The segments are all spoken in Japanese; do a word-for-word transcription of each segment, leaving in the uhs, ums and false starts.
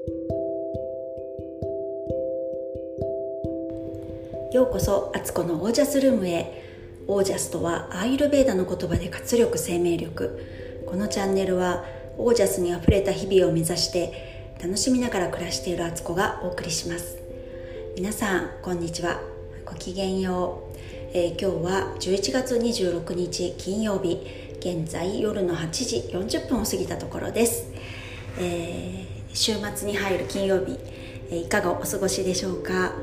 ようこそアツコのオージャスルームへ。オージャスとはアーユルヴェーダの言葉で活力、生命力。このチャンネルはオージャスにあふれた日々を目指して楽しみながら暮らしているアツコがお送りします。皆さんこんにちは、ごきげんよう。えー、今日はじゅういちがつにじゅうろくにち金曜日、現在夜のはちじよんじゅっぷんを過ぎたところです。えー、週末に入る金曜日、えー、いかがお過ごしでしょうか。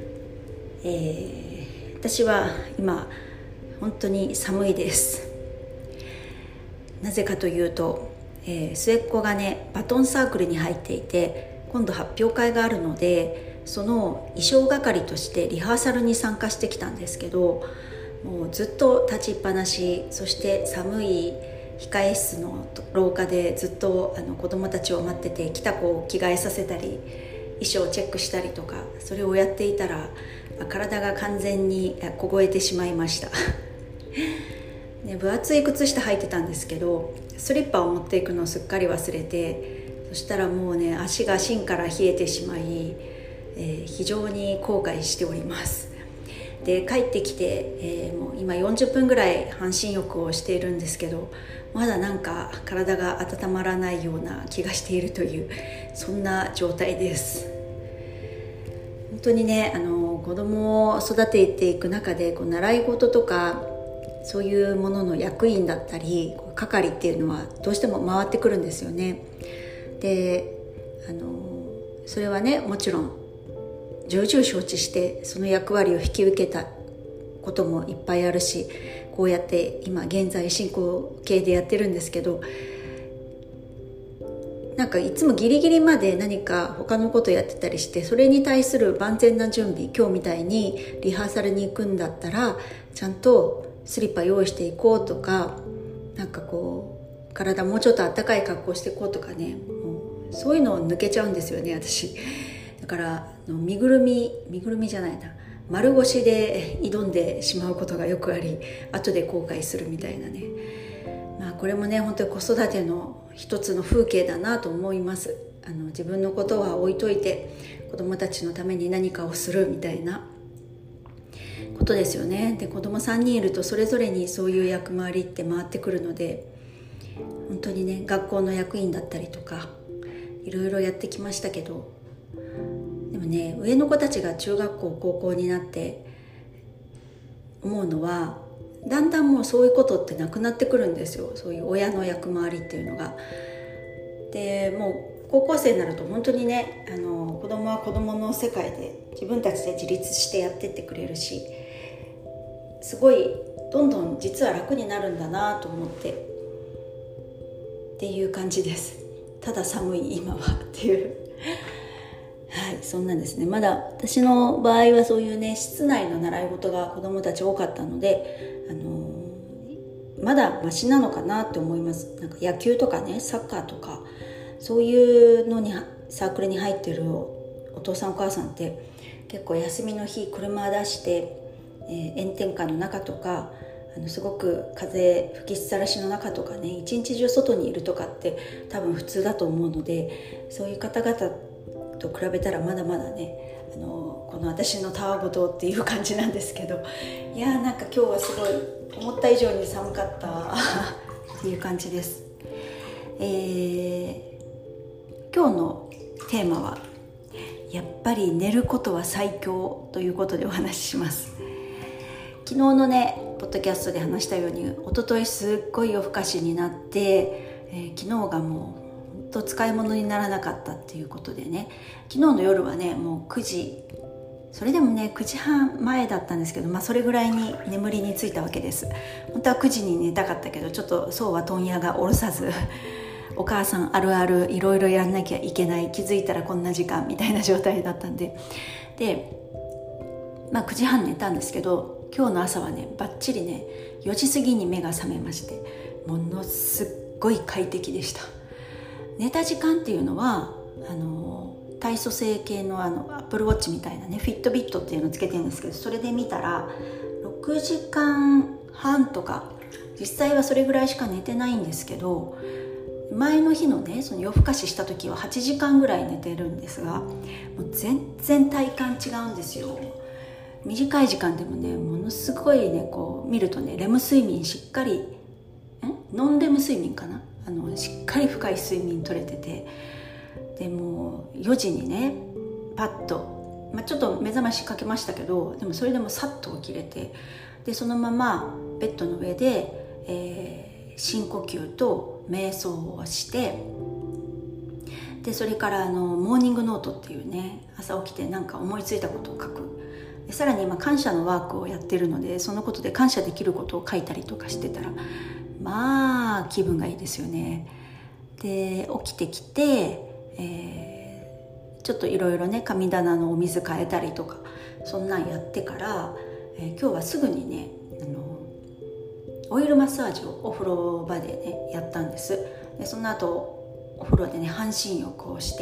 えー、私は今本当に寒いです。なぜかというと、えー、末っ子がねバトンサークルに入っていて、今度発表会があるのでその衣装係としてリハーサルに参加してきたんですけど、もうずっと立ちっぱなし、そして寒い控え室の廊下でずっとあの子どもたちを待ってて、来た子を着替えさせたり衣装をチェックしたりとか、それをやっていたら体が完全に凍えてしまいましたね、分厚い靴下履いてたんですけど、スリッパを持っていくのをすっかり忘れて、そしたらもうね足が芯から冷えてしまい、えー、非常に後悔しております。で帰ってきて、えー、もう今よんじゅっぷんぐらい半身浴をしているんですけど、まだなんか体が温まらないような気がしているという、そんな状態です。本当にね、あの子供を育てていく中でこう習い事とかそういうものの役員だったり係っていうのはどうしても回ってくるんですよね。であのそれはねもちろん重々承知してその役割を引き受けたこともいっぱいあるし、こうやって今現在進行形でやってるんですけど、なんかいつもギリギリまで何か他のことやってたりして、それに対する万全な準備、今日みたいにリハーサルに行くんだったらちゃんとスリッパ用意していこうとか、なんかこう体もうちょっと暖かい格好していこうとかね、もうそういうのを抜けちゃうんですよね私。だから身ぐるみ身ぐるみじゃないな丸腰で挑んでしまうことがよくあり、後で後悔するみたいなね。まあこれもね本当に子育ての一つの風景だなと思います。あの自分のことは置いといて子供たちのために何かをするみたいなことですよね。で子供さんにんいるとそれぞれにそういう役回りって回ってくるので、本当にね学校の役員だったりとかいろいろやってきましたけど、でもね上の子たちが中学校高校になって思うのは、だんだんもうそういうことってなくなってくるんですよ。そういう親の役回りっていうのが。でもう高校生になると本当にね、あの子供は子供の世界で自分たちで自立してやってってくれるし、すごいどんどん実は楽になるんだなと思ってっていう感じです。ただ寒い今はっていうはい、そんなんですね。まだ私の場合はそういうね室内の習い事が子どもたち多かったので、あのー、まだマシなのかなって思います。なんか野球とかねサッカーとかそういうのにサークルに入ってる お, お父さんお母さんって結構休みの日車出して、えー、炎天下の中とか、あのすごく風吹きさらしの中とかね一日中外にいるとかって多分普通だと思うので、そういう方々と比べたらまだまだね、あのこの私のたわごとっていう感じなんですけど、いやーなんか今日はすごい思った以上に寒かったっていう感じです。えー、今日のテーマはやっぱり寝ることは最強ということでお話しします。昨日のねポッドキャストで話したように、一昨日すっごい夜更かしになって、えー、昨日がもうと使い物にならなかったっていうことでね、昨日の夜はねもうくじ、それでもねくじはんまえだったんですけど、まあそれぐらいに眠りについたわけです。本当はくじに寝たかったけど、ちょっとそうは問屋が下ろさずお母さんあるあるいろいろやんなきゃいけない、気づいたらこんな時間みたいな状態だったんで、でまあくじはん寝たんですけど、今日の朝はねバッチリねよじ過ぎに目が覚めまして、ものすっごい快適でした。寝た時間っていうのはあの体組成系のあのアップルウォッチみたいなねフィットビットっていうのをつけてるんですけど、それで見たらろくじかんはんとか、実際はそれぐらいしか寝てないんですけど、 前の日のねその夜更かしした時ははちじかんぐらい寝てるんですが、もう全然体感違うんですよ。短い時間でもねものすごいねこう見るとねレム睡眠しっかりんノンレム睡眠かな、あのしっかり深い睡眠取れてて、でもよじにねパッと、まあ、ちょっと目覚ましかけましたけど、でもそれでもさっと起きれて、でそのままベッドの上で、えー、深呼吸と瞑想をして、でそれからあのモーニングノートっていうね朝起きてなんか思いついたことを書く、でさらに今感謝のワークをやってるので、そのことで感謝できることを書いたりとかしてたら、まあ気分がいいですよね。で起きてきて、えー、ちょっといろいろね神棚のお水変えたりとかそんなんやってから、えー、今日はすぐにねあのオイルマッサージをお風呂場でねやったんです。でその後お風呂でね半身浴をして、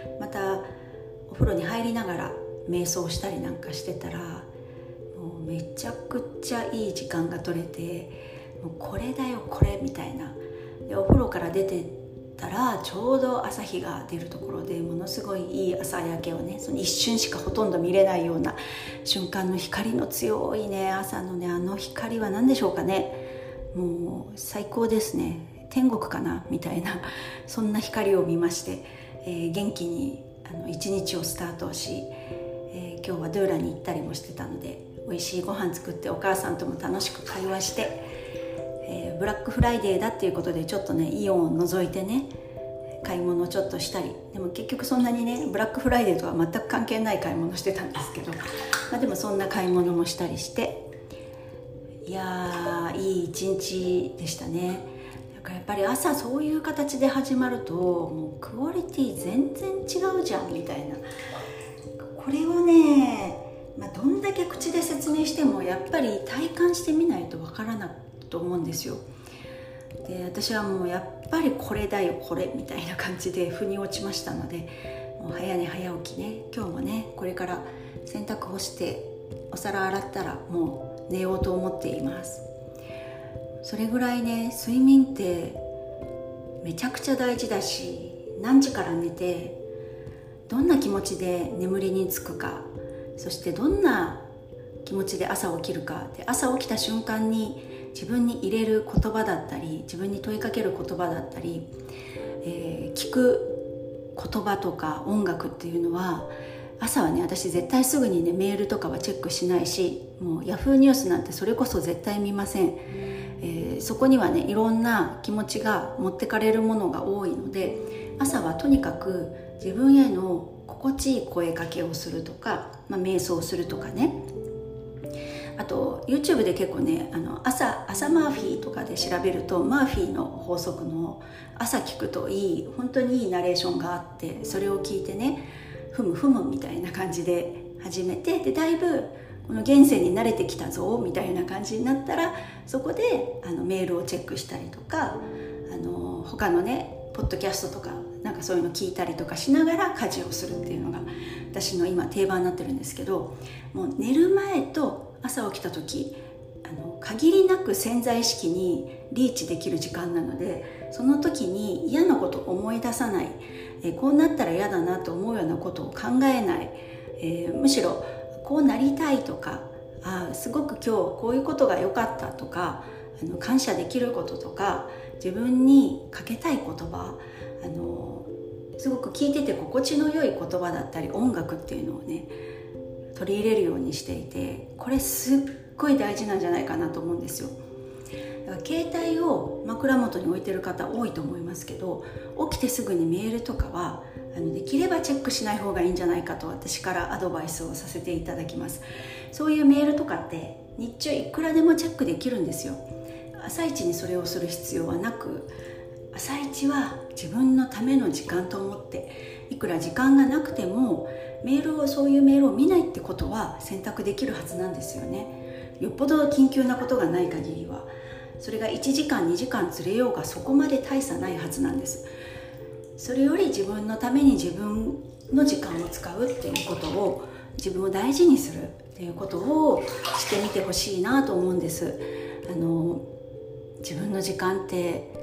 またお風呂に入りながら瞑想したりなんかしてたら、もうめちゃくちゃいい時間が取れて、もうこれだよこれみたいな。でお風呂から出てたらちょうど朝日が出るところで、ものすごいいい朝焼けをね、その一瞬しかほとんど見れないような瞬間の光の強いね朝のねあの光は何でしょうかね、もう最高ですね、天国かなみたいな、そんな光を見まして、えー、元気にあの一日をスタートし、えー、今日はドゥーラに行ったりもしてたので、美味しいご飯作ってお母さんとも楽しく会話して、えー、ブラックフライデーだっていうことでちょっとねイオンを覗いてね買い物ちょっとしたり、でも結局そんなにねブラックフライデーとは全く関係ない買い物してたんですけど、まあ、でもそんな買い物もしたりして、いやーいい一日でしたね。だからやっぱり朝そういう形で始まるともうクオリティ全然違うじゃんみたいな、これをね、まあ、どんだけ口で説明してもやっぱり体感してみないとわからないと思うんですよ。で私はもうやっぱりこれだよこれみたいな感じで腑に落ちましたので、もう早寝早起きね、今日もねこれから洗濯干してお皿洗ったらもう寝ようと思っています。それぐらいね睡眠ってめちゃくちゃ大事だし、何時から寝てどんな気持ちで眠りにつくか、そしてどんな気持ちで朝起きるかで、朝起きた瞬間に自分に入れる言葉だったり自分に問いかける言葉だったり、えー、聞く言葉とか音楽っていうのは、朝はね私絶対すぐにねメールとかはチェックしないし、もうヤフーニュースなんてそれこそ絶対見ません。えー、そこにはねいろんな気持ちが持ってかれるものが多いので、朝はとにかく自分への心地いい声かけをするとか、まあ、瞑想するとかね、あと YouTube で結構ねあの 朝, 朝マーフィーとかで調べるとマーフィーの法則の朝聞くといい本当にいいナレーションがあって、それを聞いてねふむふむみたいな感じで始めて、でだいぶこの現世に慣れてきたぞみたいな感じになったら、そこであのメールをチェックしたりとか、あの他のねポッドキャストとかなんかそういうの聞いたりとかしながら家事をするっていうのが私の今定番になってるんですけど、もう寝る前と朝起きた時あの限りなく潜在意識にリーチできる時間なので、その時に嫌なことを思い出さない、えこうなったら嫌だなと思うようなことを考えない、えー、むしろこうなりたいとか、あすごく今日こういうことが良かったとか、あの感謝できることとか、自分にかけたい言葉、あのすごく聞いてて心地の良い言葉だったり音楽っていうのをね取り入れるようにしていて、これすっごい大事なんじゃないかなと思うんですよ。だから携帯を枕元に置いてる方多いと思いますけど、起きてすぐにメールとかはあのできればチェックしない方がいいんじゃないかと私からアドバイスをさせていただきます。そういうメールとかって日中いくらでもチェックできるんですよ。朝一にそれをする必要はなく、朝一は自分のための時間と思って、いくら時間がなくてもメールをそういうメールを見ないってことは選択できるはずなんですよね。よっぽど緊急なことがない限りは、それがいちじかんにじかんずれようがそこまで大差ないはずなんです。それより自分のために自分の時間を使うっていうことを、自分を大事にするっていうことをしてみてほしいなと思うんです。あの自分の時間って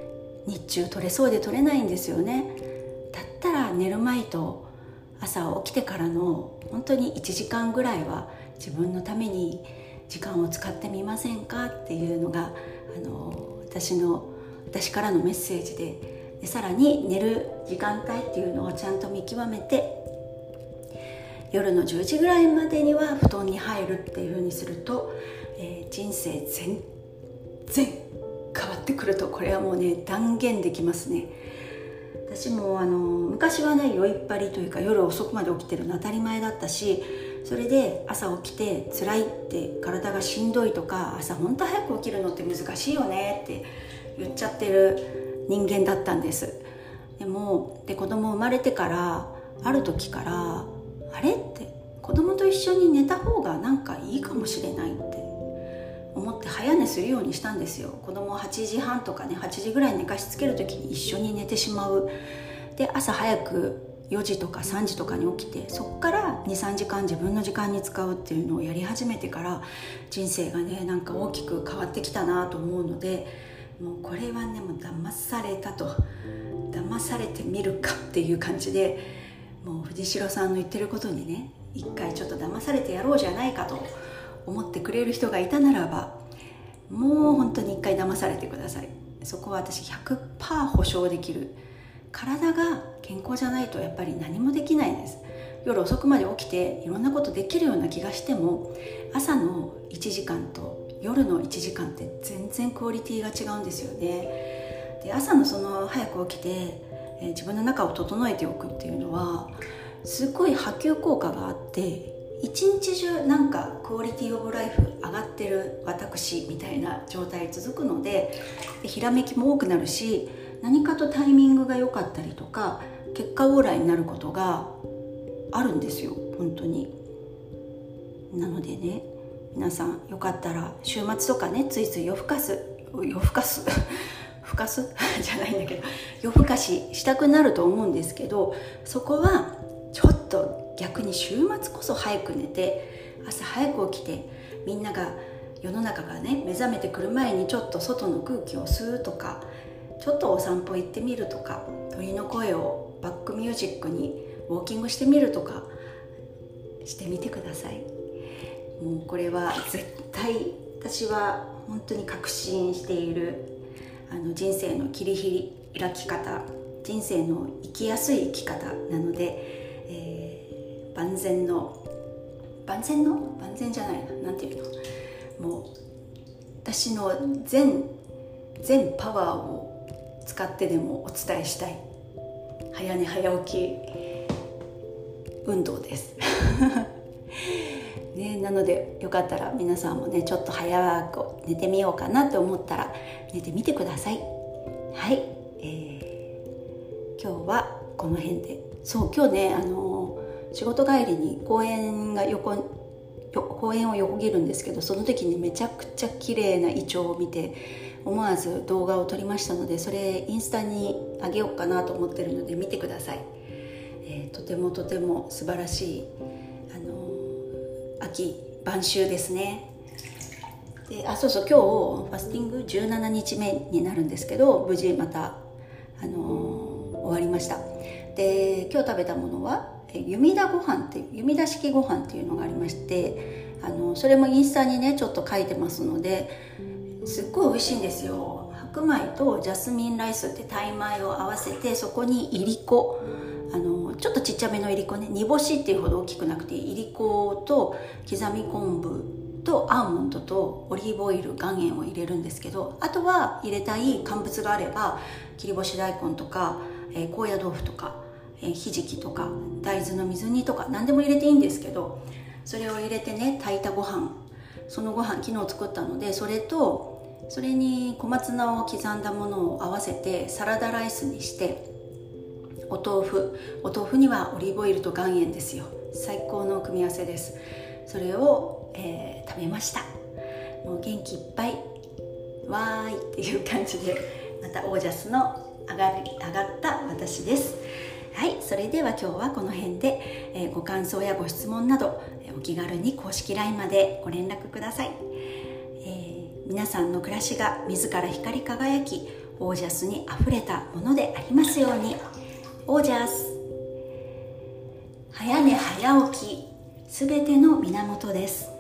日中取れそうで取れないんですよね。だったら寝る前と朝起きてからの本当にいちじかんぐらいは自分のために時間を使ってみませんかっていうのがあの私の私からのメッセージで、でさらに寝る時間帯っていうのをちゃんと見極めて、夜のじゅうじぐらいまでには布団に入るっていう風にすると、えー、人生全然変わってくると、これはもうね断言できますね。私もあの昔はね酔いっぱりというか夜遅くまで起きてるの当たり前だったし、それで朝起きて辛いって体がしんどいとか、朝本当早く起きるのって難しいよねって言っちゃってる人間だったんです。でもで子供生まれてからある時からあれって子供と一緒に寝た方がなんかいいかもしれないって思って早寝するようにしたんですよ。子供をはちじはんとかねはちじぐらい寝かしつける時に一緒に寝てしまう。で朝早くよじとかさんじとかに起きて、そこからにさんじかん自分の時間に使うっていうのをやり始めてから、人生がねなんか大きく変わってきたなと思うので、もうこれはねもう騙されたと、騙されてみるかっていう感じで、もう藤代さんの言ってることにね一回ちょっと騙されてやろうじゃないかと思ってくれる人がいたならば、もう本当に一回騙されてください。そこは私 ひゃくパーセント 保証できる。体が健康じゃないとやっぱり何もできないです。夜遅くまで起きていろんなことできるような気がしても、朝のいちじかんと夜のいちじかんって全然クオリティが違うんですよね。で朝のその早く起きて、えー、自分の中を整えておくっていうのはすごい波及効果があって、一日中なんかクオリティオブライフ上がってる私みたいな状態続くので、でひらめきも多くなるし、何かとタイミングが良かったりとか結果オーライになることがあるんですよ本当に。なのでね、皆さんよかったら週末とかねついつい夜更かす夜更かすふかすじゃないんだけど夜更かししたくなると思うんですけど、そこはちょっと逆に週末こそ早く寝て朝早く起きて、みんなが世の中がね目覚めてくる前にちょっと外の空気を吸うとか、ちょっとお散歩行ってみるとか、鳥の声をバックミュージックにウォーキングしてみるとかしてみてください。もうこれは絶対私は本当に確信しているあの人生の切り開き方、人生の生きやすい生き方なので、えー、万全の万全の万全じゃないな、なんていうの、もう私の全全パワーを使ってでもお伝えしたい早寝早起き運動ですね、なのでよかったら皆さんもねちょっと早く寝てみようかなと思ったら寝てみてください。はい、えー、今日はこの辺で。そう今日ねあの仕事帰りに公園が横公園を横切るんですけど、その時にめちゃくちゃ綺麗なイチョウを見て思わず動画を撮りましたので、それインスタにあげようかなと思ってるので見てください。えー、とてもとても素晴らしい、あのー、秋晩秋ですね。であそうそう今日ファスティングじゅうしちにちめになるんですけど、無事また、あのー、終わりました。で今日食べたものは弓田ご飯っていう弓田式ご飯っていうのがありまして、あのそれもインスタにねちょっと書いてますので、すっごい美味しいんですよ。白米とジャスミンライスってタイ米を合わせて、そこにいりこ、あのちょっとちっちゃめのいりこね、煮干しっていうほど大きくなくていりこと刻み昆布とアーモンドとオリーブオイル岩塩を入れるんですけど、あとは入れたい乾物があれば切り干し大根とか、えー、高野豆腐とか、えー、ひじきとか大豆の水煮とか何でも入れていいんですけど、それを入れてね炊いたご飯、そのご飯昨日作ったので、それとそれに小松菜を刻んだものを合わせてサラダライスにして、お豆腐お豆腐にはオリーブオイルと岩塩ですよ。最高の組み合わせです。それを、えー、食べました。もう元気いっぱいわーいっていう感じで、またオージャスの上がり上がった私です。はい、それでは今日はこの辺で、えー、ご感想やご質問などお気軽に公式 ライン までご連絡ください。えー、皆さんの暮らしが自ら光り輝きオージャスにあふれたものでありますように。オージャス。早寝早起き、すべての源です。